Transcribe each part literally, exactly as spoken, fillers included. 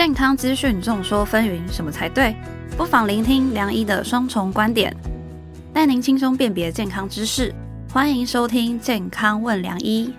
健康资讯众说纷纭，什么才对？不妨聆听良医的双重观点，带您轻松辨别健康知识。欢迎收听健康问良医。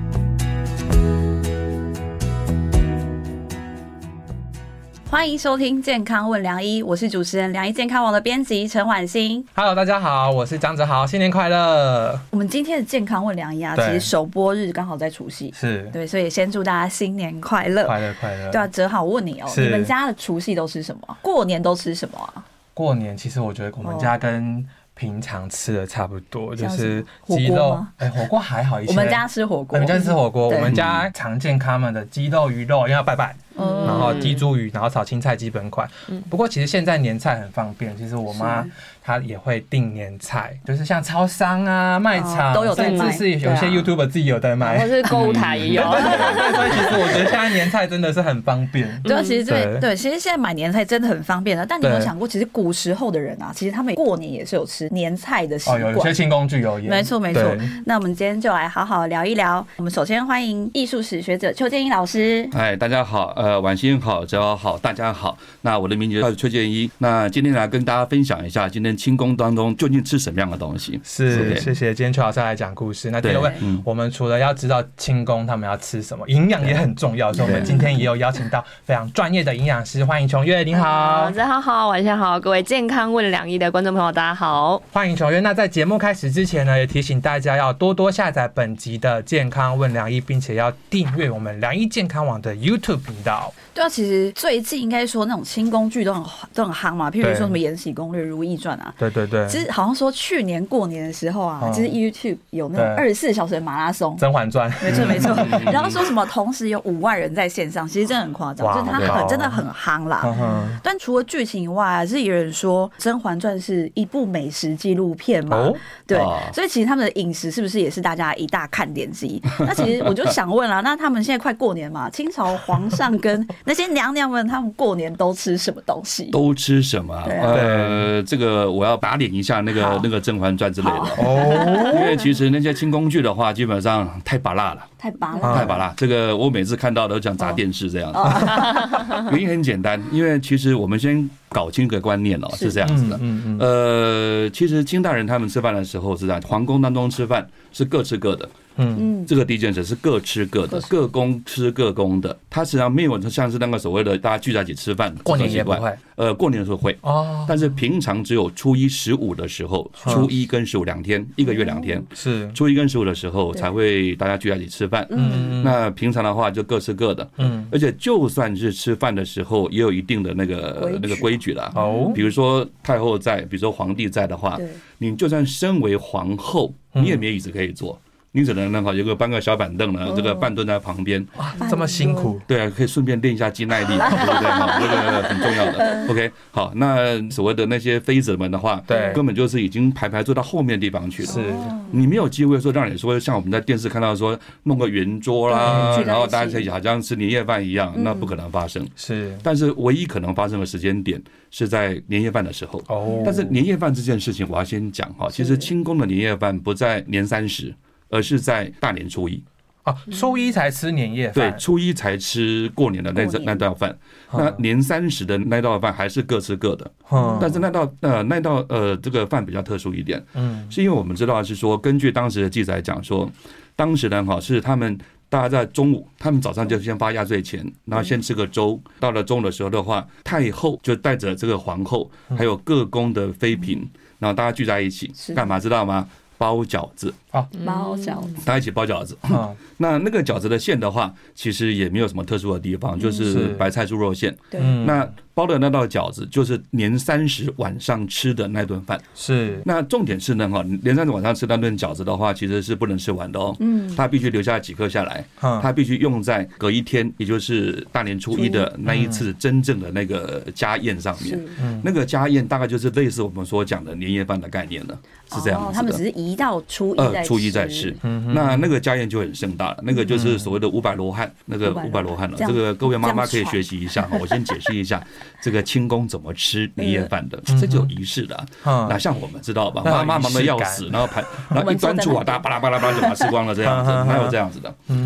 欢迎收听健康问良医，我是主持人良医健康网的编辑陈婉欣。 Hello， 大家好，我是张哲豪，新年快乐！ 我们今天的健康问良医啊，其实首播日刚好在除夕， 是对，所以先祝大家新年快乐， 快乐快乐。 对啊，哲豪，我问你哦，你们家的除夕都吃什么？过年都吃什么啊？ 过年其实我觉得我们家跟平常吃的差不多， 哦、 就是鸡肉。哎，火锅还好一些。 我们家吃火锅， 我们家吃火锅。我们家常见他们的鸡肉、鱼肉，因为要拜拜。嗯、然后鸡猪鱼，然后炒青菜基本款。嗯、不过其实现在年菜很方便，其实我妈她也会订年菜，就是像超商啊、卖场、哦、 都有在卖， 甚至是有些 YouTuber 自己有在卖， 或是购物台也有。 对对对对，所以其实我觉得现在年菜真的是很方便。 对啊，其实对对，其实现在买年菜真的很方便的。但你有没有想过，其实古时候的人啊，其实他们过年也是有吃年菜的习惯。 哦，有些清宫剧有演。 没错没错。那我们今天就来好好聊一聊。我们首先欢迎艺术史学者邱建一老师。 嗨，大家好，呃，婉欣好。哲豪好，大家好。那我的名字叫邱建一。那今天来跟大家分享一下，今天清宫当中究竟吃什么样的东西？ 是，谢谢。今天邱老师来讲故事。那第二位，嗯、我们除了要知道清宫他们要吃什么，营养也很重要，所以我们今天也有邀请到非常专业的营养师，欢迎琼月，你好。 哲豪好，晚上好，各位健康问良医的观众朋友，大家好， 欢迎琼月。那在节目开始之前呢，也提醒大家要多多下载本集的健康问良医，并且要订阅我们良医健康网的 YouTube 频道。 对啊，其实最近应该说那种清宫剧都很都很夯嘛，譬如说什么《延禧攻略》《如懿传》啊， 对对对。 其实好像说去年过年的时候啊，其实 YouTube 有那种二十四小时的马拉松《 甄嬛传》， 没错没错。然后说什么同时有五万人在线上，其实真的很夸张，就是它很真的很夯啦。但除了剧情以外啊，是有人说《甄嬛传》是一部美食纪录片嘛，哦、对，所以其实他们的饮食是不是也是大家一大看点之一？那其实我就想问啦，那他们现在快过年嘛，清朝皇上跟那些娘娘们，他们过年都吃什么东西？ 都吃什么？呃，这个我要打脸一下那个那个《甄嬛传》之类的哦，因为其实那些清宫剧的话，基本上太拔辣了， 太拔辣， 太拔辣。这个我每次看到都想砸电视这样子。原因很简单，因为其实我们先搞清个观念哦，是这样子的。呃，其实清大人他们吃饭的时候是这样，皇宫当中吃饭是各吃各的。嗯，这个第一件事是各吃各的，各宫吃各宫的，它实际上没有像是那个所谓的大家聚在一起吃饭， 过年也不会， 呃，过年的时候会哦，但是平常只有初一十五的时候，初一跟十五两天，一个月两天，是初一跟十五的时候才会大家聚在一起吃饭。嗯，那平常的话就各吃各的。嗯，而且就算是吃饭的时候，也有一定的那个那个规矩啦。哦，比如说太后在，比如说皇帝在的话，你就算身为皇后，你也没椅子可以坐。你只能那个有个搬个小板凳呢，这个半蹲在旁边， 哇，这么辛苦。 对啊，可以顺便练一下肌耐力，对不对？哈，这个很重要的。OK， 好，那所谓的那些妃子们的话，对，根本就是已经排排坐到后面的地方去了。是，你没有机会说让你说像我们在电视看到说弄个圆桌啦，然后大家好像吃年夜饭一样，那不可能发生。是，但是唯一可能发生的时间点是在年夜饭的时候。哦，但是年夜饭这件事情，我要先讲哈，其实清宫的年夜饭不在年三十。而是在大年初一啊，初一才吃年夜饭， 对，初一才吃过年的那那道饭。那年三十的那道饭还是各吃各的，但是那道呃那道呃这个饭比较特殊一点，嗯，是因为我们知道是说，根据当时的记载讲说，当时呢哈是他们大家在中午，他们早上就先发压岁钱，然后先吃个粥。到了中午的时候的话，太后就带着这个皇后，还有各宫的妃嫔，然后大家聚在一起干嘛？知道吗？包饺子啊，包饺子， 大家一起包饺子。那那个饺子的馅的话，其实也没有什么特殊的地方，就是白菜猪肉馅。对，那包的那道饺子就是年三十晚上吃的那顿饭。是，那重点是呢，哈，年三十晚上吃那顿饺子的话，其实是不能吃完的哦。嗯，它必须留下几颗下来，它必须用在隔一天，也就是大年初一的那一次真正的那个家宴上面。那个家宴大概就是类似我们所讲的年夜饭的概念了，是这样子的。 他们只是移到初一再吃， 初一再吃。那那个家宴就很盛大了，那个就是所谓的五百罗汉，那个五百罗汉了。这个各位妈妈可以学习一下，我先解释一下。这个清宫怎么吃年夜饭的，这就有仪式的、啊。那像我们知道吧，妈妈忙得要死，然后盘，然后一端出啊，大家巴拉巴拉巴拉就把它吃光了，这样子，哪有这样子的？嗯，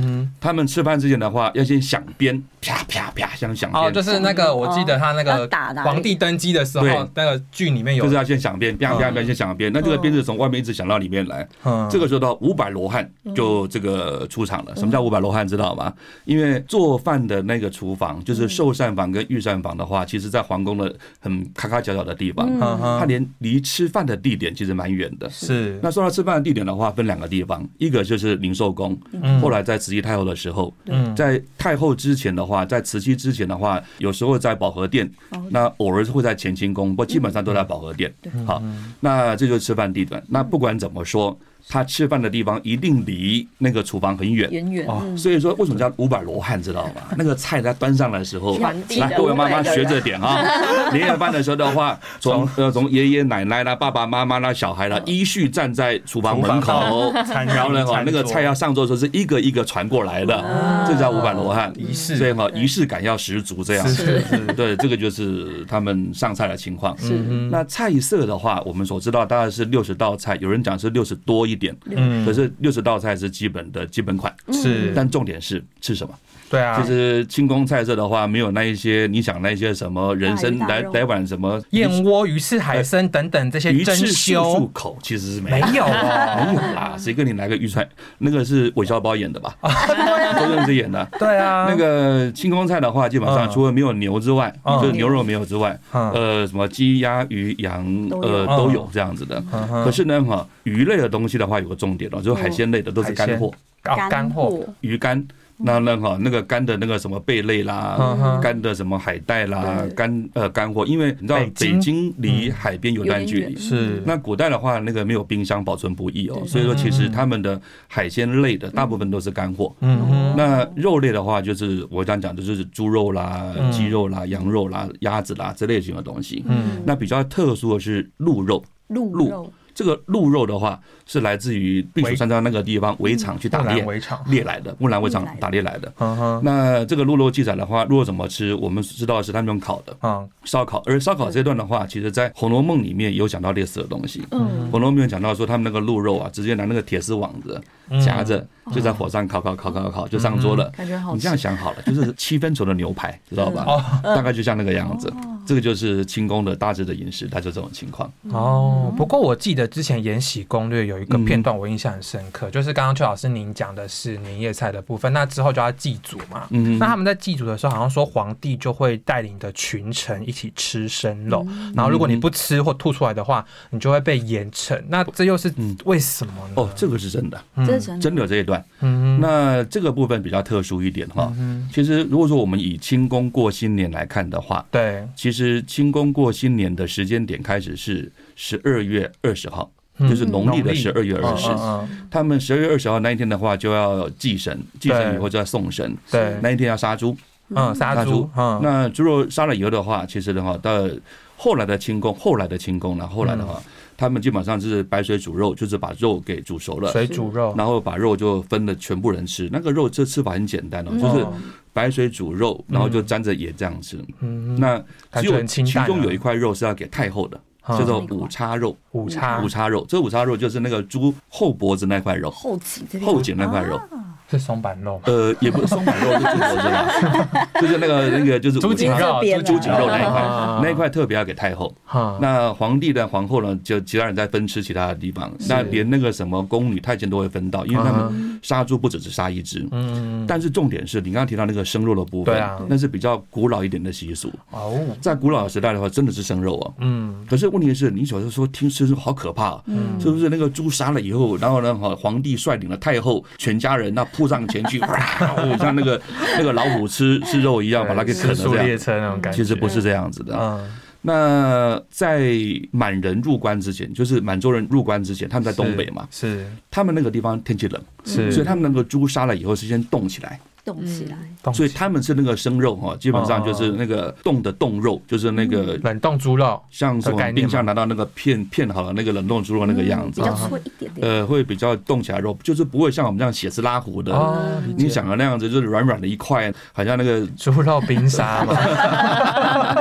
他们吃饭之前的话，要先响鞭，啪啪啪，像响鞭。 哦，就是那个，我记得他那个皇帝登基的时候，那个剧里面有， 就是要先响鞭，啪啪啪，先响鞭。那这个鞭是从外面一直响到里面来。这个时候到五百罗汉就这个出场了。什么叫五百罗汉？知道吗？因为做饭的那个厨房，就是寿膳房跟御膳房的话，其实在皇宫的很咔咔角角的地方，它连离吃饭的地点其实蛮远的。 是。 那说到吃饭的地点的话，分两个地方，一个就是灵寿宫，后来在慈禧太后的时候，在太后之前的话，在慈禧之前的话，有时候在保和殿，那偶尔会在乾清宫，不过基本上都在保和殿。好，那这就是吃饭地段。那不管怎么说，他吃饭的地方一定离那个厨房很远， 远远、 哦。所以说，为什么叫五百罗汉，知道吗？那个菜他端上来的时候，来各位妈妈学着点啊！年夜饭的时候的话，从呃从爷爷奶奶啦、爸爸妈妈啦、小孩啦，依序站在厨房门口，然后呢，那个菜要上桌的时候是一个一个传过来的，这叫五百罗汉仪式。 所以哈，仪式感要十足，这样子。对，这个就是他们上菜的情况。那菜色的话，我们所知道大概是六十道菜，有人讲是六十多一点，嗯，可是六十道菜是基本的基本款， 是， 但重点是吃什么？ 对啊， 其实清宫菜色的话，没有那一些你想那一些什么人参来来碗什么燕窝、鱼翅、海参等等这些珍馐漱口，其实是没没有啊， 没有啦，谁跟你来个玉串？那个是韦小宝演的吧？周星驰演的。 对啊， 那个清宫菜的话，基本上除了没有牛之外，就是牛肉没有之外，呃，什么鸡、鸭、鱼、羊，呃，都有这样子的。可是呢，哈，鱼类的东西的话，有个重点哦，就是海鲜类的都是干货， 干货， 鱼干。那那哈那个干的那个什么贝类啦，干的什么海带啦，干呃干货，因为你知道北京离海边有段距离， 是那古代的话，那个没有冰箱保存不易哦，所以说其实他们的海鲜类的大部分都是干货。嗯，那肉类的话，就是我刚讲的就是猪肉啦、鸡肉啦、羊肉啦、鸭子啦这类型的东西。嗯，那比较特殊的是鹿肉， 鹿肉。 这个鹿肉的话，是来自于避暑山庄那个地方围场去打猎猎来的，木兰围场打猎来的。那这个鹿肉记载的话，鹿肉怎么吃？我们知道的是他们用烤的，烧烤。而烧烤这段的话，其实在《红楼梦》里面有讲到类似的东西。《红楼梦》有讲到说，他们那个鹿肉啊，直接拿那个铁丝网子夹着，就在火上烤烤烤烤烤，就上桌了。 感觉好吃。 你这样想好了，就是七分熟的牛排，知道吧？大概就像那个样子。这个就是清宫的大致的饮食，它就这种情况。 哦，不过我记得之前《延禧攻略》有一个片段我印象很深刻，嗯、就是刚刚邱老师您讲的是年夜菜的部分，那之后就要祭祖嘛。嗯，那他们在祭祖的时候，好像说皇帝就会带领的群臣一起吃生肉，嗯、然后如果你不吃或吐出来的话，你就会被严惩。那这又是为什么呢？ 哦，这个是真的， 嗯、 真的有这一段。嗯，那这个部分比较特殊一点哈。嗯、其实如果说我们以清宫过新年来看的话， 对， 其实。其实清宫过新年的时间点开始是十二月二十号，就是农历的十二月二十。他们十二月二十号那一天的话，就要祭神，祭神以后就要送神。 对， 那一天要杀猪， 嗯，杀猪。 那猪肉杀了以后的话，其实的话，到后来的清宫，后来的清宫呢，后来的话。他们基本上是白水煮肉，就是把肉给煮熟了， 水煮肉， 然后把肉就分了全部人吃。那个肉这吃法很简单哦，就是白水煮肉，然后就沾着盐这样吃。嗯，那只有其中有一块肉是要给太后的，叫做五叉肉。 五叉五叉肉，这五叉肉就是那个猪后脖子那块肉， 后颈这边后颈那块肉。 是松板肉， 呃，也不是松板肉，是猪脖子啦，就是那个那个就是猪颈肉， 猪颈肉那一块，那一块特别要给太后。那皇帝的皇后呢，就其他人再分吃其他的地方。那连那个什么宫女太监都会分到，因为他们杀猪不只是杀一只。嗯，但是重点是你刚刚提到那个生肉的部分，那是比较古老一点的习俗。哦，在古老的时代的话，真的是生肉啊。嗯，可是问题是，你小时候说听吃好可怕，嗯，是不是那个猪杀了以后，然后呢，皇帝率领了太后全家人那扑上前去，像那个那个老虎吃吃肉一样，把它给啃了这样。其实不是这样子的。嗯，那在满人入关之前，就是满洲人入关之前，他们在东北嘛， 是他们那个地方天气冷， 是， 所以他们那个猪杀了以后是先冻起来。 冻起来， 所以他们是那个生肉哈，基本上就是那个冻的冻肉，就是那个冷冻猪肉， 像从冰箱拿到那个片片好了那个冷冻猪肉那个样子， 比较脆一点点， 呃，会比较冻起来肉，就是不会像我们这样血丝拉糊的，你想的那样子，就是软软的一块，好像那个猪肉冰沙嘛。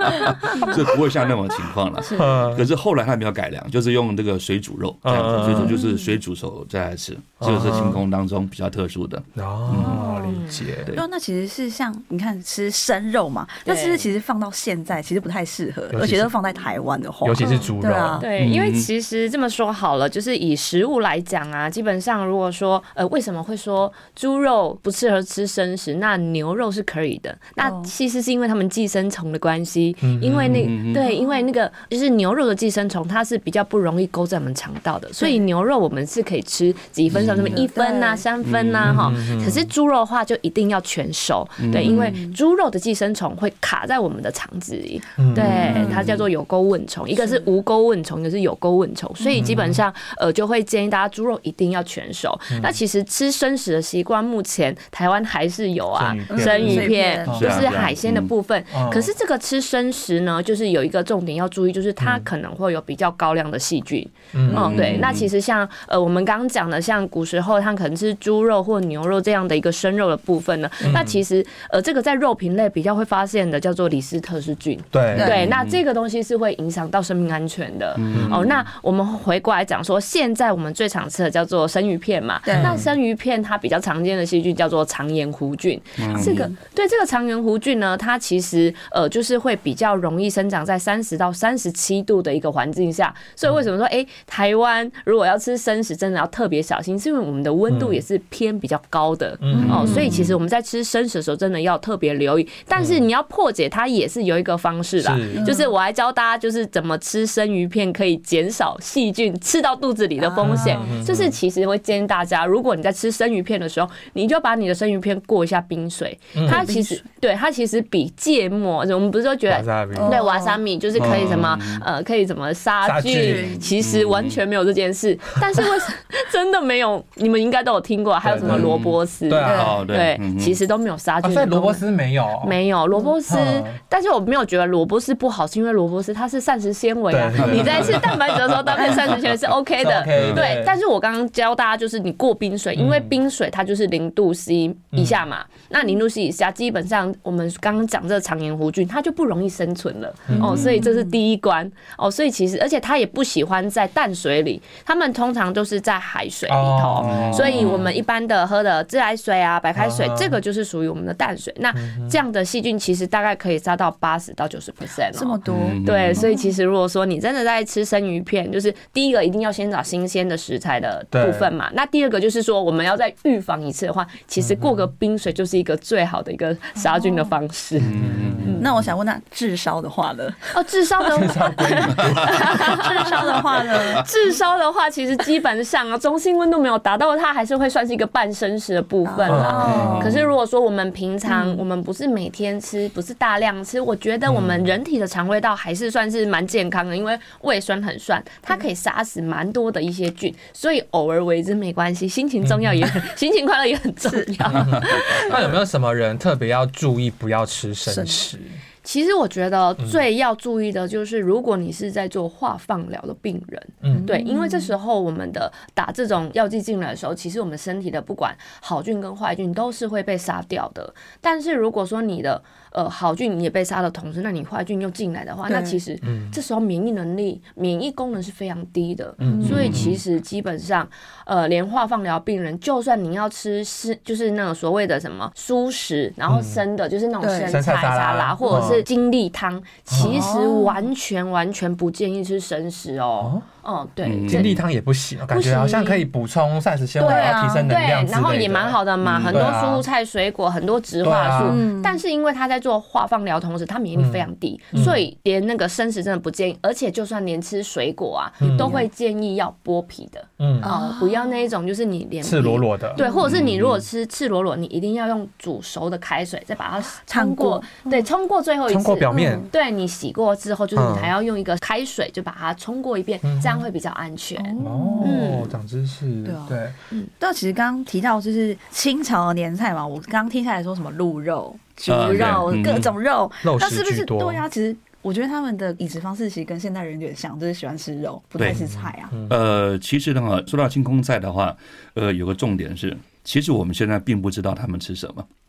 所以不会像那种情况了。可是后来他们要改良，就是用这个水煮肉这样子，水煮就是水煮熟再来吃，这个是清空当中比较特殊的。 哦，理解。 对，那其实是像你看吃生肉嘛，那是不是其实放到现在其实不太适合，而且都放在台湾的话， 尤其是猪肉。 对，因为其实这么说好了，就是以食物来讲啊，基本上如果说呃为什么会说猪肉不适合吃生食，那牛肉是可以的。那其实是因为他们寄生虫的关系，因为那对，因为那个就是牛肉的寄生虫，它是比较不容易勾在我们肠道的，所以牛肉我们是可以吃几分熟，什么一分啊、三分啊哈。可是猪肉的话就一定要全熟，对，因为猪肉的寄生虫会卡在我们的肠子里，对，它叫做有钩问虫，一个是无钩问虫，一个是有钩问虫，所以基本上呃就会建议大家猪肉一定要全熟。那其实吃生食的习惯，目前台湾还是有啊，生鱼片就是海鲜的部分。可是这个吃生食呢，就是有一个重点要注意，就是它可能会有比较高量的细菌。嗯，对。那其实像呃我们刚刚讲的，像古时候它可能是猪肉或牛肉这样的一个生肉的部分呢，那其实呃这个在肉品类比较会发现的叫做李斯特氏菌。 对对，那这个东西是会影响到生命安全的。哦，那我们回过来讲说，现在我们最常吃的叫做生鱼片嘛，那生鱼片它比较常见的细菌叫做肠炎弧菌。这个对这个肠炎弧菌呢，它其实呃就是会比较容易生长在三十到三十七度的一个环境下，所以为什么说哎、欸、台湾如果要吃生食真的要特别小心，是因为我们的温度也是偏比较高的、嗯、哦，所以其实我们在吃生食的时候真的要特别留意，但是你要破解它也是有一个方式啦，就是我来教大家就是怎么吃生鱼片可以减少细菌吃到肚子里的风险、啊、就是其实会建议大家，如果你在吃生鱼片的时候，你就把你的生鱼片过一下冰水，嗯、它其实对它其实比芥末，我们不是都觉得对瓦萨米就是可以什么、嗯、呃可以怎么杀菌，其实完全没有这件事，嗯、但是为什么真的没有？你们应该都有听过，还有什么萝卜丝， 对啊， 对，对嗯、其实都没有杀菌、啊， 所以萝卜丝没有， 没有萝卜丝、嗯，但是我没有觉得萝卜丝不好，是因为萝卜丝它是膳食纤维啊，你在吃蛋白质的时候搭配膳食纤维是 OK 的， okay, 对。但是我刚刚教大家就是你过冰水，因为冰水它就是零度 C 以下嘛，嗯、那零度 C 以下基本上我们刚刚讲这个肠炎弧菌它就不容易生存了、嗯、哦，所以这是第一关哦，所以其实而且它也不喜欢在淡水里，它们通常都是在海水里头，哦、所以我们一般的喝的自来水啊、白开水，哦、这个就是属于我们的淡水。那这样的细菌其实大概可以杀到八十到九十 percent 哦， 这么多， 对，所以其实如果说你真的在吃生鱼片，就是第一个一定要先找新鲜的食材的部分嘛。那第二个就是说，我们要再预防一次的话，其实过个冰水就是一个最好的一个杀菌的方式。 嗯嗯、那我想问，那炙烧的话呢？ 哦，炙烧的话， 炙烧的话呢？ 炙烧的话，其实基本上啊，中性温度没有达到，它还是会算是一个半生食的部分啦。哦、可是如果说我们平常、嗯、我们不是每天吃，不是大量吃，我觉得我们人体的肠胃道还是算是蛮健康的，因为胃酸很酸，它可以杀死蛮多的一些菌，所以偶尔为之没关系。心情重要也很，心情快乐也很重要。 那有没有什么人特别要注意不要吃生食？ 其实我觉得最要注意的就是，如果你是在做化放疗的病人，嗯，对，因为这时候我们的打这种药剂进来的时候，其实我们身体的不管好菌跟坏菌都是会被杀掉的。但是如果说你的呃好菌也被杀的同时，那你坏菌又进来的话，那其实这时候免疫能力、免疫功能是非常低的。嗯，所以其实基本上，呃，连化放疗病人，就算你要吃是就是那种所谓的什么蔬食，然后生的，就是那种生菜沙拉或者是是精力汤，其实完全完全不建议吃生食哦。嗯，对， 精力汤也不行，感觉好像可以补充膳食纤维，然后提升能量之类的， 然后也蛮好的嘛，很多蔬菜水果，很多植化素。但是因为他在做化放疗同时，他免疫力非常低，所以连那个生食真的不建议。而且就算连吃水果啊，都会建议要剥皮的，嗯，不要那一种就是你连赤裸裸的， 对，或者是你如果吃赤裸裸，你一定要用煮熟的开水再把它冲过，对，冲过最后一次， 冲过表面， 对，你洗过之后，就是你还要用一个开水就把它冲过一遍，这样会比较安全。 哦，长知识。 对啊，对，嗯。但其实刚刚提到就是清朝的年菜嘛，我刚刚听下来说什么鹿肉、猪肉、各种肉，那是不是对啊？其实我觉得他们的饮食方式其实跟现代人有点像，就是喜欢吃肉，不太吃菜啊。 呃，其实呢，说到清空菜的话，呃，有个重点是，其实我们现在并不知道他们吃什么。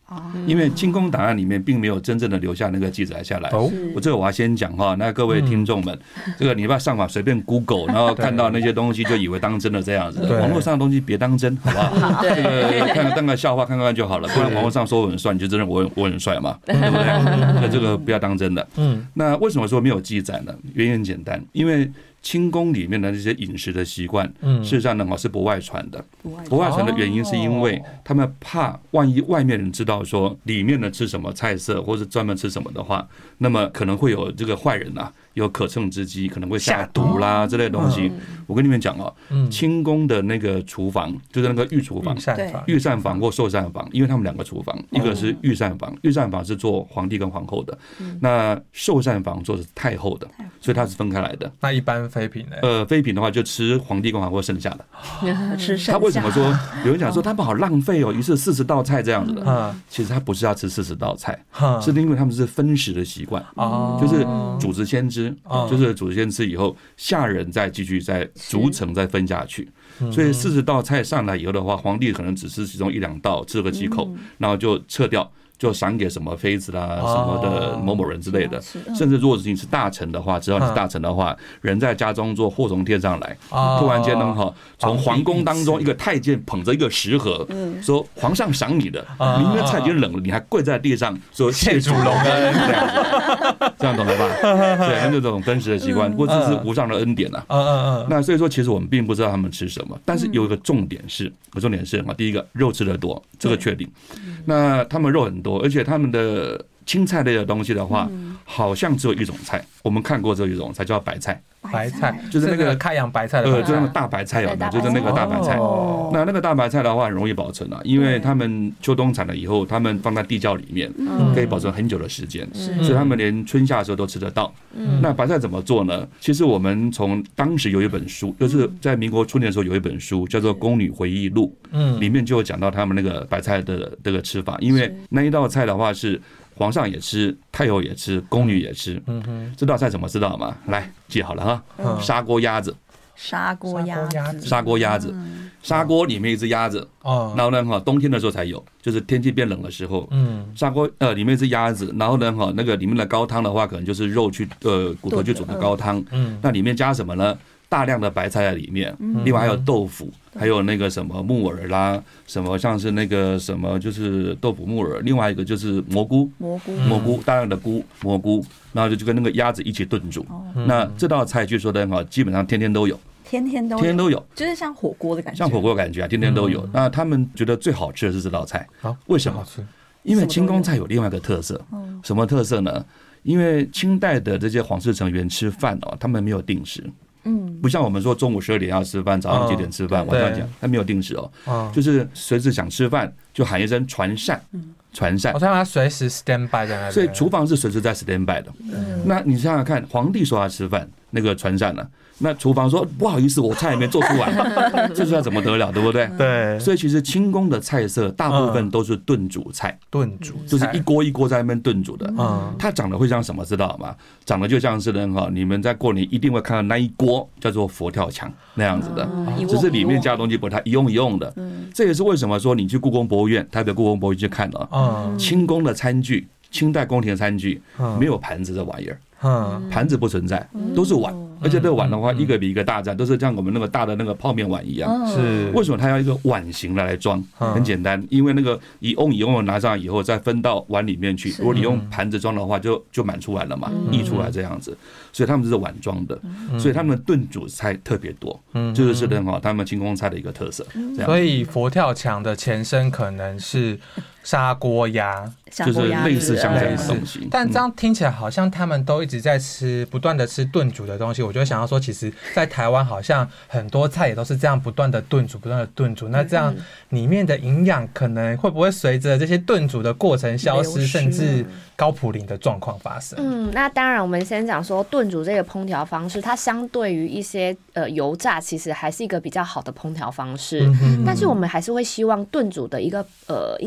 因为清宫档案里面并没有真正的留下那个记载下来。我这个我要先讲哈，那各位听众们，这个你不要上网随便 Google， 然后看到那些东西就以为当真的这样子。网络上的东西别当真，好不好？这个看当个笑话看看就好了，不然网络上说我很帅，你就真的我我很帅嘛，对不对？那这个不要当真的。嗯，那为什么说没有记载呢？原因很简单，因为清宫里面的这些饮食的习惯，事实上呢是不外传的。不外传的原因是因为他们怕万一外面人知道说里面的吃什么菜色，或是专门吃什么的话，那么可能会有这个坏人啊，有可乘之机，可能会下毒啦之类的东西。我跟你们讲哦，清宫的那个厨房就是那个御厨房、御膳房或寿膳房，因为他们两个厨房，一个是御膳房，御膳房是做皇帝跟皇后的，那寿膳房做的是太后的，所以它是分开来的。 那一般妃嫔呢？ 呃，妃嫔的话就吃皇帝跟皇后剩下的。 吃剩下。 他为什么说有人讲说他们好浪费哦？于是四十道菜这样子的。其实他不是要吃四十道菜，是因为他们是分食的习惯，就是主子先吃，就是主子先吃以后，下人再继续再逐层再分下去。所以四十道菜上来以后的话，皇帝可能只吃其中一两道，吃了个几口，然后就撤掉。就赏给什么妃子啦、什么的某某人之类的，甚至如果你是大臣的话，知道你是大臣的话，人在家中做祸从天上来，突然间呢，哈，从皇宫当中一个太监捧着一个食盒，说皇上赏你的，明天菜已经冷了，你还跪在地上说谢主隆恩，这样子，这样懂了吧？对，那种分食的习惯，不过这是无上的恩典呐。那所以说，其实我们并不知道他们吃什么，但是有一个重点是，有重点是啊，第一个肉吃得多，这个确定。那他们肉很多。而且他们的青菜类的东西的话，好像只有一种菜，我们看过只有一种菜叫白菜。 白菜就是那个开阳白菜的白菜， 呃，就是那个大白菜有没有？就是那个大白菜。那那个大白菜的话很容易保存啊，因为他们秋冬产了以后，他们放在地窖里面，可以保存很久的时间，所以他们连春夏的时候都吃得到。那白菜怎么做呢？其实我们从当时有一本书，就是在民国初年的时候有一本书叫做《宫女回忆录》，里面就有讲到他们那个白菜的这个吃法，因为那一道菜的话是。皇上也吃，太后也吃，宫女也吃。嗯哼，这道菜怎么知道吗？来记好了哈，砂锅鸭子。 砂锅鸭子， 砂锅鸭子，砂锅里面一只鸭子。哦，然后呢，哈，冬天的时候才有，就是天气变冷的时候。嗯，砂锅呃里面一只鸭子，然后呢，哈，那个里面的高汤的话，可能就是肉去呃骨头去煮的高汤。嗯，那里面加什么呢？大量的白菜在里面，另外还有豆腐，还有那个什么木耳啦，什么像是那个什么就是豆腐木耳，另外一个就是蘑菇，蘑菇，蘑菇，大量的菇蘑菇，然后就跟那个鸭子一起炖煮。那这道菜据说的很好，基本上天天都有。 天天都有， 天天都有， 就是像火锅的感觉， 像火锅的感觉啊，天天都有。那他们觉得最好吃的是这道菜，为什么？因为清宫菜有另外一个特色，什么特色呢？因为清代的这些皇室成员吃饭哦，他们没有定时。嗯，不像我们说中午十二点要吃饭，早上几点吃饭，晚上讲，他没有定时哦，就是随时想吃饭就喊一声传膳，传膳。 我看他随时 stand by 在那边， 所以厨房是随时在 stand by 的。那你想想看，皇帝说要吃饭，那个传膳了。那厨房说不好意思，我菜还没做出来，这下怎么得了，对不对？ 对。 所以其实清宫的菜色大部分都是炖煮菜， 炖煮就是一锅一锅在那边炖煮的。嗯，它长得会像什么，知道吗？长得就像是呢哈，你们在过年一定会看到那一锅叫做佛跳墙那样子的，只是里面加的东西不太一用一用的。这也是为什么说你去故宫博物院，台北故宫博物院去看了，清宫的餐具，清代宫廷的餐具没有盘子这玩意儿。盘子不存在，都是碗，而且这个碗的话，一个比一个大，都是像我们那个大的那个泡面碗一样。是为什么它要一个碗形来来装？很简单，因为那个一瓮一瓮拿上以后，再分到碗里面去。如果你用盘子装的话，就就满出来了嘛，溢出来这样子。所以他们是碗装的，所以他们的炖煮菜特别多，这就是很好他们清宫菜的一个特色。 所以佛跳墙的前身可能是砂锅鸭， 就是类似像这样的东西。 但这样听起来好像他们都一直在吃，不断的吃炖煮的东西。我就想要说，其实，在台湾好像很多菜也都是这样不断的炖煮，不断的炖煮。那这样里面的营养可能会不会随着这些炖煮的过程消失，甚至高普林的状况发生？ 嗯，那当然，我们先讲说炖煮这个烹调方式，它相对于一些呃油炸，其实还是一个比较好的烹调方式。嗯、但是我们还是会希望炖煮的一个呃，应该是说。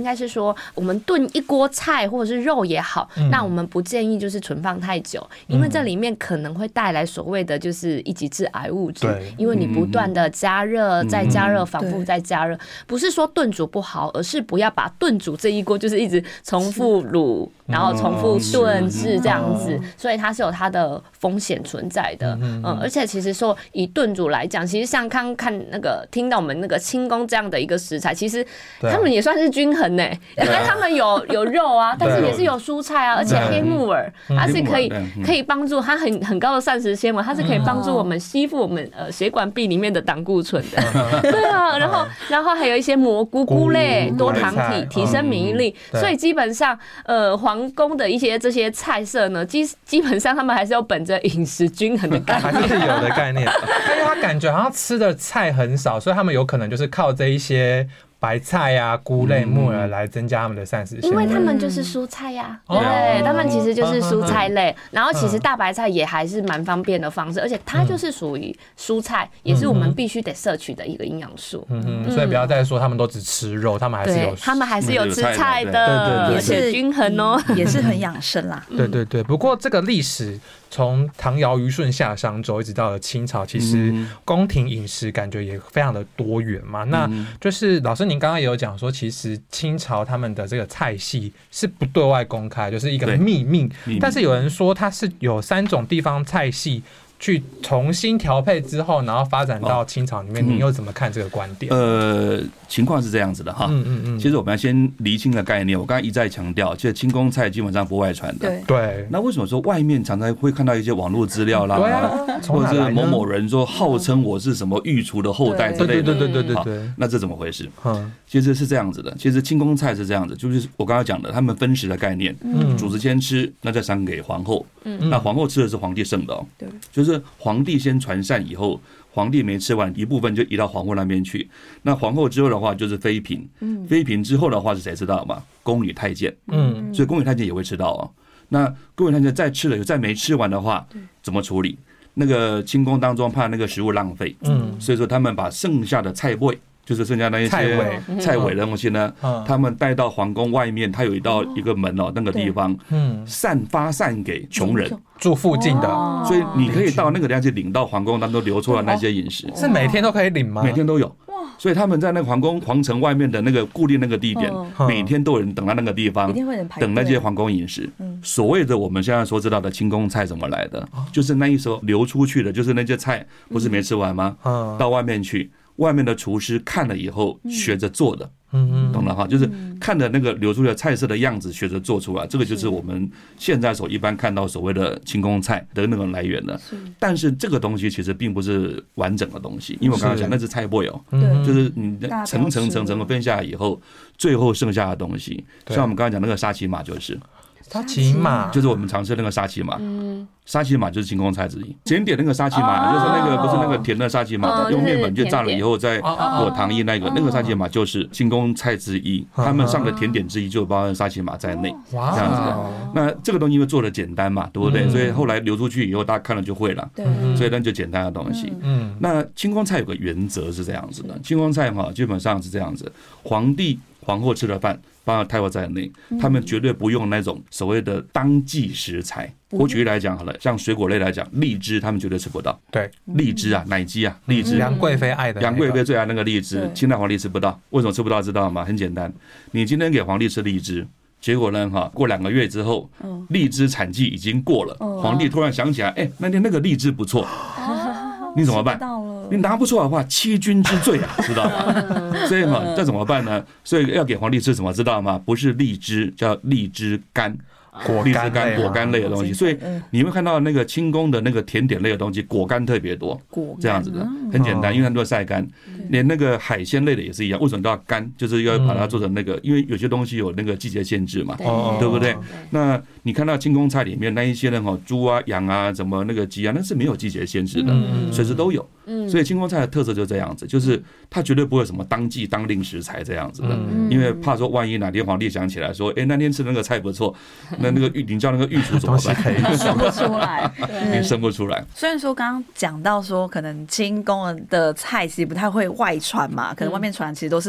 说我们炖一锅菜或者是肉也好，嗯、那我们不建议就是存放太久，因为这里面可能会带来所谓的就是一级致癌物质，因为你不断的加热、再加热、反复再加热，不是说炖煮不好，而是不要把炖煮这一锅就是一直重复卤，然后重复炖制这样子，所以它是有它的风险存在的。嗯，而且其实说以炖煮来讲，其实像刚看那个听到我们那个清宫这样的一个食材，其实他们也算是均衡呢，因为他们有有肉啊，但是也是有蔬菜啊，而且黑木耳它是可以可以帮助它很很高的膳食纤维，它是可以帮助我们吸附我们呃血管壁里面的胆固醇的。对啊，然后然后还有一些蘑菇菇类多糖体提升免疫力，所以基本上呃皇宫的一些这些菜色呢，基基本上他们还是有本着饮食均衡的概念， 还是有的概念。因为他感觉好像吃的菜很少，所以他们有可能就是靠这一些白菜啊、菇类、木耳来增加他们的膳食纤维， 因为他们就是蔬菜呀、啊，对，他们其实就是蔬菜类。然后其实大白菜也还是蛮方便的方式，而且它就是属于蔬菜，也是我们必须得摄取的一个营养素。 嗯嗯，所以不要再说他们都只吃肉，他们还是有， 他们还是有吃菜的，也是均衡哦， 也是很养生啦。 对对对，不过这个历史从唐尧虞舜夏商周一直到了清朝，其实宫廷饮食感觉也非常的多元嘛。那就是老师您刚刚也有讲说，其实清朝他们的这个菜系是不对外公开，就是一个秘密。但是有人说它是有三种地方菜系去重新调配之后，然后发展到清朝里面，您又怎么看这个观点？ 呃，情况是这样子的哈。嗯嗯嗯。其实我们要先厘清的概念，我刚才一再强调，其实清宫菜基本上不外传的。 对。 那为什么说外面常常会看到一些网络资料啦，啊、或者是某某人说号称我是什么御厨的后代之类的？ 对对对对对对对。 那这怎么回事？嗯，其实是这样子的。其实清宫菜是这样子，就是我刚刚讲的，他们分食的概念，嗯，主子先吃，那再赏给皇后。嗯。那皇后吃的是皇帝剩的哦。对。就是皇帝先传膳以后，皇帝没吃完一部分就移到皇后那边去。那皇后之后的话就是妃嫔，妃嫔之后的话是谁知道吗？宫女太监，嗯，所以宫女太监也会吃到哦。那宫女太监再吃了，再没吃完的话，怎么处理？那个清宫当中怕那个食物浪费，嗯，所以说他们把剩下的菜味。就是剩下那一些菜尾的东西呢，他们带到皇宫外面，它有一道一个门哦，那个地方，散发散给穷人住附近的， 所以你可以到那个地方去领到皇宫当中流出来那些饮食， 是每天都可以领吗？ 每天都有。所以他们在那个皇宫皇城外面的那个固定那个地点，每天都有人等到那个地方，等那些皇宫饮食。所谓的我们现在所知道的清宫菜怎么来的，就是那一时候流出去的，就是那些菜不是没吃完吗？到外面去。外面的厨师看了以后学着做的，嗯，懂了哈，就是看着那个流出的菜色的样子学着做出来，这个就是我们现在所一般看到所谓的清宫菜的那个来源了。但是这个东西其实并不是完整的东西，因为我刚刚讲那是菜味哦，就是你层层层层的分下来以后，最后剩下的东西，像我们刚刚讲那个沙琪玛就是。 沙琪玛就是我们常吃那个沙琪玛，沙琪玛就是清宫菜之一。甜点那个沙琪玛就是那个不是那个甜的沙琪玛，用面粉去炸了以后再裹糖衣那个，那个沙琪玛就是清宫菜之一。他们上的甜点之一就包含沙琪玛在内，这样子的。那这个东西因为做的简单嘛，对不对？所以后来流出去以后，大家看了就会了。所以那就简单的东西。那清宫菜有个原则是这样子的，清宫菜哈基本上是这样子，皇帝皇后吃了饭。包括太后在内，他们绝对不用那种所谓的当季食材。我举例来讲好了，像水果类来讲，荔枝他们绝对吃不到。 对， 荔枝啊，奶鸡啊，荔枝。 杨贵妃爱的， 杨贵妃最爱那个荔枝，清代皇帝吃不到。为什么吃不到？知道吗？很简单，你今天给皇帝吃荔枝，结果呢，哈，过两个月之后，荔枝产季已经过了，皇帝突然想起来，哎，那天那个荔枝不错，你怎么办？你拿不出来的话，欺君之罪啊，知道吗？所以嘛，这怎么办呢？所以要给皇帝吃什么，知道吗？不是荔枝，叫荔枝干。 果干、 果干类的东西，所以你会看到那个清宫的那个甜点类的东西，果干特别多，这样子的，很简单，因为他们都晒干。连那个海鲜类的也是一样，为什么都要干？就是要把它做成那个，因为有些东西有那个季节限制嘛，对不对？那你看到清宫菜里面那一些呢，猪啊、羊啊、怎么那个鸡啊，那是没有季节限制的，随时都有。所以清宫菜的特色就这样子，就是它绝对不会有什么当季当令食材这样子的，因为怕说万一哪天皇帝想起来说，哎，那天吃那个菜不错，那那个御你叫那个御厨怎么办？ 生不出来， 你生不出来。 虽然说刚刚讲到说，可能清宫的菜其实不太会外传嘛，可能外面传其实都是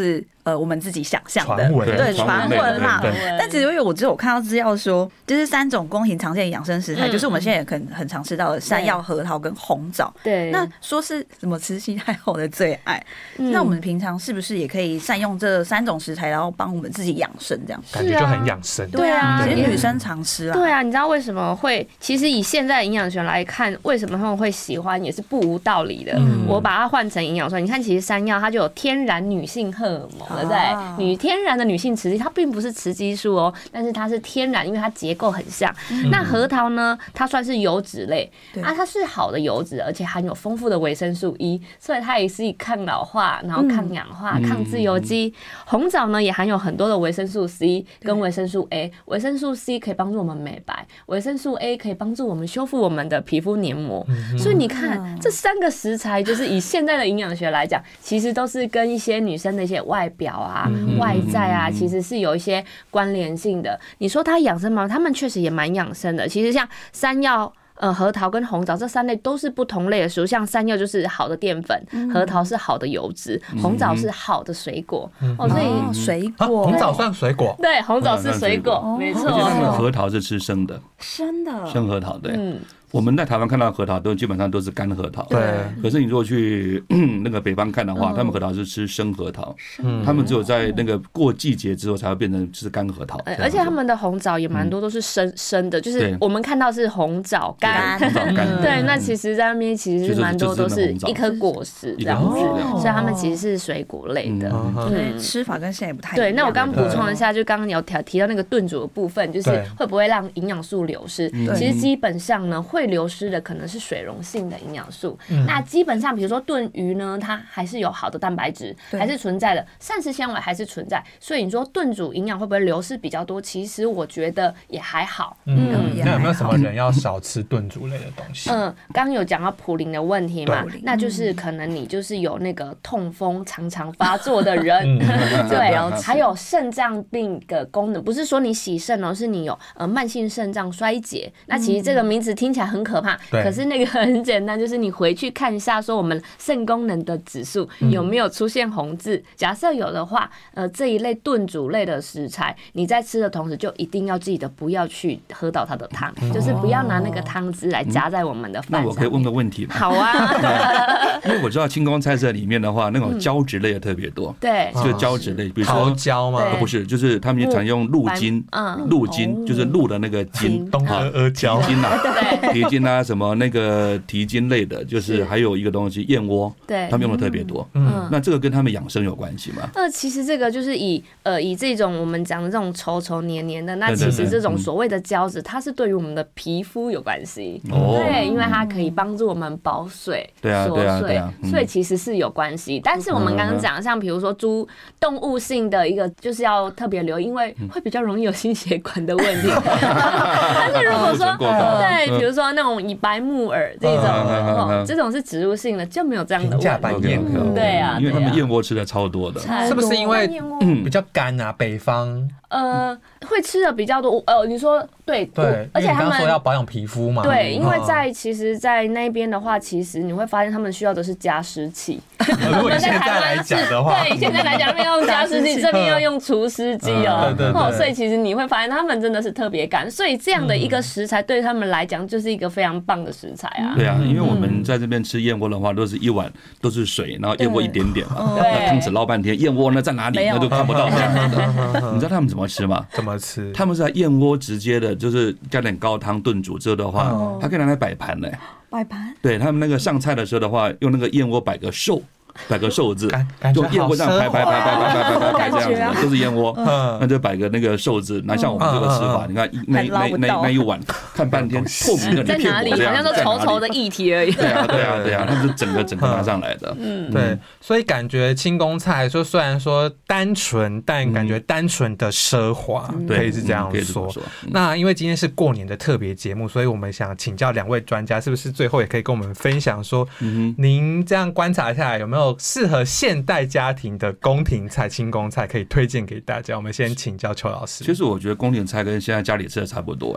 呃我们自己想象的， 传闻对传闻嘛。但其实因为我只有看到资料说，就是三种宫廷常见的养生食材，嗯、就是我们现在也很很常吃到的山药、核桃跟红枣。对，那说是什么慈禧太后的最爱，嗯、那我们平常是不是也可以善用这三种食材，然后帮我们自己养生？这样感觉就很养生。 对啊，其实女生常吃啊。 对啊，你知道为什么会？其实以现在的营养学来看，为什么他们会喜欢，也是不无道理的。嗯、我把它换成营养素，你看，其实山药它就有天然女性荷尔蒙，对不对？啊、女天然的女性雌激，它并不是雌激素哦，但是它是天然，因为它结构很像。嗯、那核桃呢，它算是油脂类啊，它是好的油脂，而且含有丰富的维生素 E， 所以它也是抗老化，然后抗氧化、嗯、抗自由基。红枣呢，也含有很多的维生素 C 跟维生素 A， 维生素 C 可以帮助我们美白，维生素 A 可以帮助我们修复我们的皮肤黏膜。嗯、所以你看，嗯、这三个食材，就是以现在的营养学来讲，其实都是跟一些女生的一些外表啊、嗯、外在啊，其实是有一些关联性的。你说它养生吗？他们确实也蛮养生的。其实像山药、呃核桃跟红枣这三类都是不同类的食物，像山药就是好的淀粉，嗯、核桃是好的油脂，嗯、红枣是好的水果。嗯、哦，所以、 哦、水果、 啊，红枣算水果？ 对，红枣是水果，嗯、没错。 而且他们核桃是吃生的， 生的生核桃，对。嗯，我们在台湾看到核桃都基本上都是干核桃， 对。 可是你如果去那个北方看的话，他们核桃是吃生核桃，嗯，他们只有在那个过季节之后才会变成吃干核桃。 而且他们的红枣也蛮多都是生生的，就是我们看到是红枣干，对，那其实在那边其实是蛮多都是一颗果实这样子，所以他们其实是水果类的， 对，吃法跟现在也不太一样。 对，那我刚补充一下，就刚刚你有提到那个炖煮的部分，就是会不会让营养素流失？其实基本上呢，会流失的可能是水溶性的营养素。嗯、那基本上，比如说炖鱼呢，它还是有好的蛋白质，还是存在的，膳食纤维还是存在。所以你说炖煮营养会不会流失比较多？其实我觉得也还好。 嗯，嗯那有没有什么人要少吃炖煮类的东西？ 嗯，刚刚有讲到普林的问题嘛，那就是可能你就是有那个痛风常常发作的人，嗯、对，还有肾脏病的功能，不是说你洗肾哦，是你有呃慢性肾脏衰竭。那其实这个名词听起来很可怕，可是那个很简单，就是你回去看一下，说我们肾功能的指数有没有出现红字。嗯、假设有的话，呃，这一类炖煮类的食材，你在吃的同时就一定要记得不要去喝到它的汤，嗯、就是不要拿那个汤汁来加在我们的饭上面。 那我可以问个问题吗？ 好啊， 因为我知道清宫菜色里面的话，那种胶质类的特别多。 对， 就胶质类，比如说桃胶吗？ 不是，就是他们常用鹿筋，鹿筋就是鹿的那个筋， 东阿阿胶筋啊，蹄筋啊，什么那个蹄筋类的，就是还有一个东西燕窝，对，他们用的特别多。嗯，那这个跟他们养生有关系吗？ 呃，其实这个就是以呃以这种我们讲的这种稠稠黏黏的，那其实这种所谓的胶质，它是对于我们的皮肤有关系。哦，对，因为它可以帮助我们保水、 对啊，对啊，对啊， 所以其实是有关系。但是我们刚刚讲，像比如说猪动物性的一个，就是要特别留意，因为会比较容易有心血管的问题。但是如果说对，比如说那种以白木耳这种，哦，这种是植入性的，就没有这样的问题。对啊， 因为他们燕窝吃的超多的， 是不是因为比较干啊？北方呃会吃的比较多。呃，你说对对， 而且他们说要保养皮肤嘛。 对，因为在其实，在那边的话，其实你会发现他们需要的是加湿器。 如果现在来讲的话， 对，现在来讲，那边用加湿器，这边要用除湿机哦。对对对。所以其实你会发现他们真的是特别干，所以这样的一个食材对他们来讲就是一个非常棒的食材啊。 对啊，因为我们在这边吃燕窝的话，都是一碗都是水，然后燕窝一点点嘛，那汤匙捞半天，燕窝呢在哪里？那都看不到。你知道他们怎么吃吗？ 怎么吃？ 他们是在燕窝直接的，就是加点高汤炖煮之后的话，它可以拿来摆盘嘞。 摆盘？ 对，他们那个上菜的时候的话，用那个燕窝摆个寿。摆个寿字，用燕窝这样排排排排排排排排这样子，都是燕窝，那就摆个那个寿字。那像我们这个吃法，你看那那那那一碗看半天，透明的在哪里？好像都稠稠的液体而已。 对啊对啊对啊，他们是整个整个拿上来的。 嗯，对，所以感觉清宫菜说虽然说单纯，但感觉单纯的奢华，可以是这样说。那因为今天是过年的特别节目，所以我们想请教两位专家，是不是最后也可以跟我们分享说，您这样观察下来有没有适合现代家庭的宫廷菜、清宫菜可以推荐给大家？我们先请教邱老师。 其实我觉得宫廷菜跟现在家里吃的差不多呀。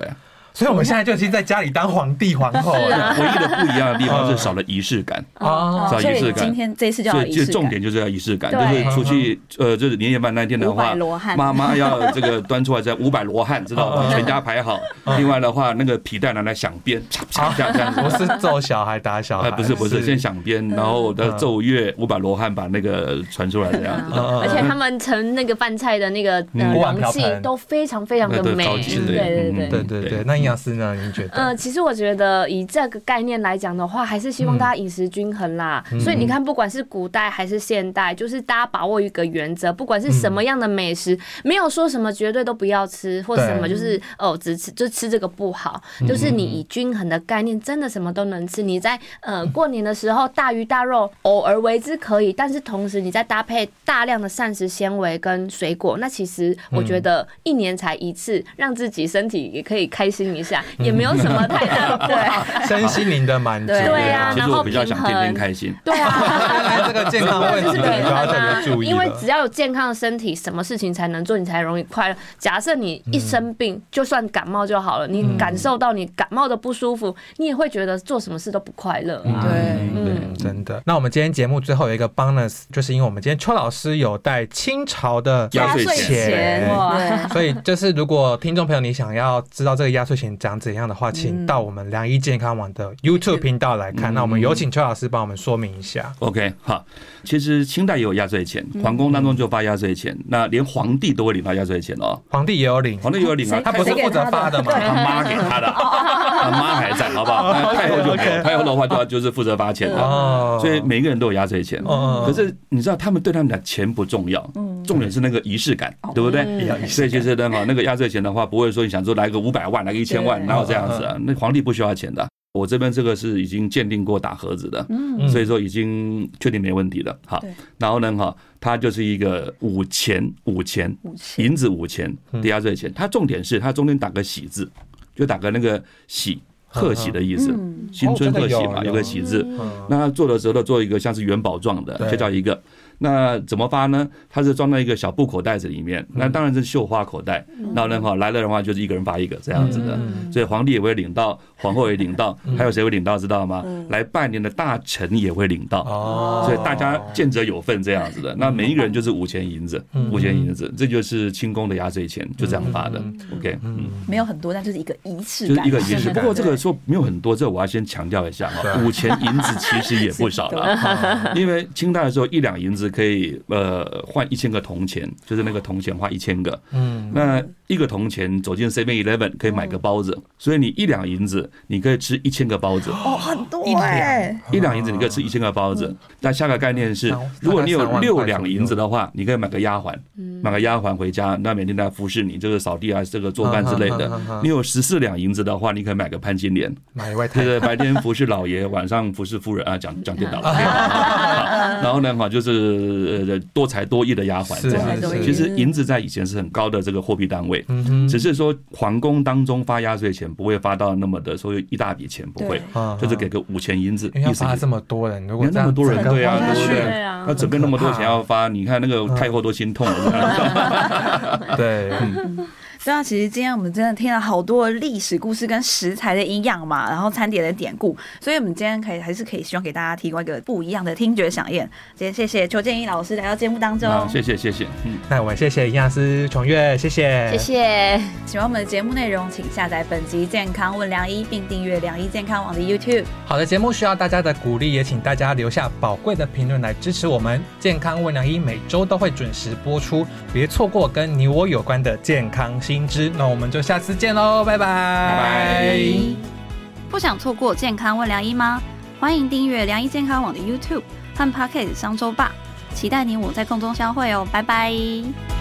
所以我们现在就已经在家里当皇帝皇后了。 啊、 唯一的不一样的地方是少了仪式感啊，少仪式感。今天这一次就要仪式感， 重点就是要仪式感，就是出去呃，就是年夜饭那天的话，妈妈要这个端出来在五百罗汉，知道吗？全家排好。另外的话，那个皮带拿来响鞭，嚓嚓这样这样子。 不是揍小孩打小孩， 不是不是，先响鞭，然后的奏乐五百罗汉把那个传出来这样子。 而且他们盛那个饭菜的那个容器都非常非常的美，对对对对对对。那营养师呢？您觉得？ 呃，其实我觉得以这个概念来讲的话，还是希望大家饮食均衡啦。所以你看，不管是古代还是现代，就是大家把握一个原则，不管是什么样的美食，没有说什么绝对都不要吃，或什么就是哦只吃就吃这个不好，就是你以均衡的概念，真的什么都能吃。你在呃过年的时候大鱼大肉偶尔为之可以，但是同时你再搭配大量的膳食纤维跟水果，那其实我觉得一年才一次，让自己身体也可以开心一下，也没有什么太大的不好， 身心灵的满足。 对啊， 其实我比较想天天开心。 对啊， 这个健康问题你要特别注意， 因为只要有健康的身体，什么事情才能做，你才容易快乐。假设你一生病，就算感冒就好了，你感受到你感冒的不舒服，你也会觉得做什么事都不快乐。 对， 嗯，真的。那我们今天节目最后有一个 bonus， 就是因为我们今天邱老师有带清朝的压岁钱， 所以就是如果听众朋友你想要知道这个压岁钱长怎样的话，请到我们良医健康网的 YouTube 频道来看。那我们有请邱老师帮我们说明一下。 OK， 好，其实清代也有压岁钱，皇宫当中就发压岁钱，那连皇帝都会领到压岁钱哦。 皇帝也有领， 皇帝也有领啊， 他不是负责发的吗？ 他妈给他的，他妈还在，好不好？太后就没有，太后的话就就是负责发钱的，所以每一个人都有压岁钱。可是你知道，他们对他们讲钱不重要，重点是那个仪式感，对不对？所以其实呢，那个压岁钱的话，不会说你想说来个五百万，来个一千万，哪有这样子啊？那皇帝不需要钱的。我这边这个是已经鉴定过打盒子的，所以说已经确定没问题了。好，然后呢，哈，它就是一个五钱五钱银子五钱的压岁钱，它重点是它中间打个喜字，就打个那个喜。贺喜的意思，新春贺喜嘛，有个喜字。那他做的时候做一个像是元宝状的，就叫一个。那怎么发呢？它是装在一个小布口袋子里面，那当然是绣花口袋。然后呢，哈来了的话就是一个人发一个这样子的，所以皇帝也会领到，皇后也领到，还有谁会领到知道吗？来拜年的大臣也会领到，所以大家见者有份这样子的。那每一个人就是五钱银子，五钱银子，这就是清宫的压岁钱，就这样发的。OK， 嗯， 没有很多，但就是一个仪式感，就是一个仪式。不过这个说没有很多，这我要先强调一下哈，五钱银子其实也不少了，因为清代的时候一两银子可以呃换一千个铜钱，就是那个铜钱花一千个，嗯，那一个铜钱走进 seven eleven 可以买个包子，所以你一两银子你可以吃一千个包子， 哦，很多哎， 一两银子你可以吃一千个包子。那下个概念是，如果你有六两银子的话，你可以买个丫鬟，买个丫鬟回家，那每天来服侍你，这个扫地啊，这个做饭之类的。你有十四两银子的话，你可以买个潘金莲， 买一位太太， 就是白天服侍老爷，晚上服侍夫人啊，讲讲颠倒了。然后呢，哈，就是多才多艺的丫鬟这样子。其实银子在以前是很高的这个货币单位，只是说皇宫当中发压岁钱不会发到那么的，所以一大笔钱不会，就是给个五钱银子。 要发这么多人，如果那么多人，对啊，对不对？要准备那么多钱要发，你看那个太后都心痛了。 对。 对啊，其实今天我们真的听了好多历史故事跟食材的营养嘛，然后餐点的典故，所以我们今天可以还是可以希望给大家提供一个不一样的听觉飨宴。今天谢谢邱建一老师来到节目当中， 谢谢谢谢。 嗯，那我们谢谢营养师琼月，谢谢谢谢。 喜欢我们的节目内容，请下载本集健康问良医，并订阅良医健康网的 YouTube。 好的节目需要大家的鼓励，也请大家留下宝贵的评论来支持我们。健康问良医每周都会准时播出，别错过跟你我有关的健康新知。那我们就下次见喽，拜拜拜拜。 不想错过健康问良医吗？欢迎订阅良医健康网的 YouTube 和 Podcast 商周吧，期待你我在空中相会哦，拜拜。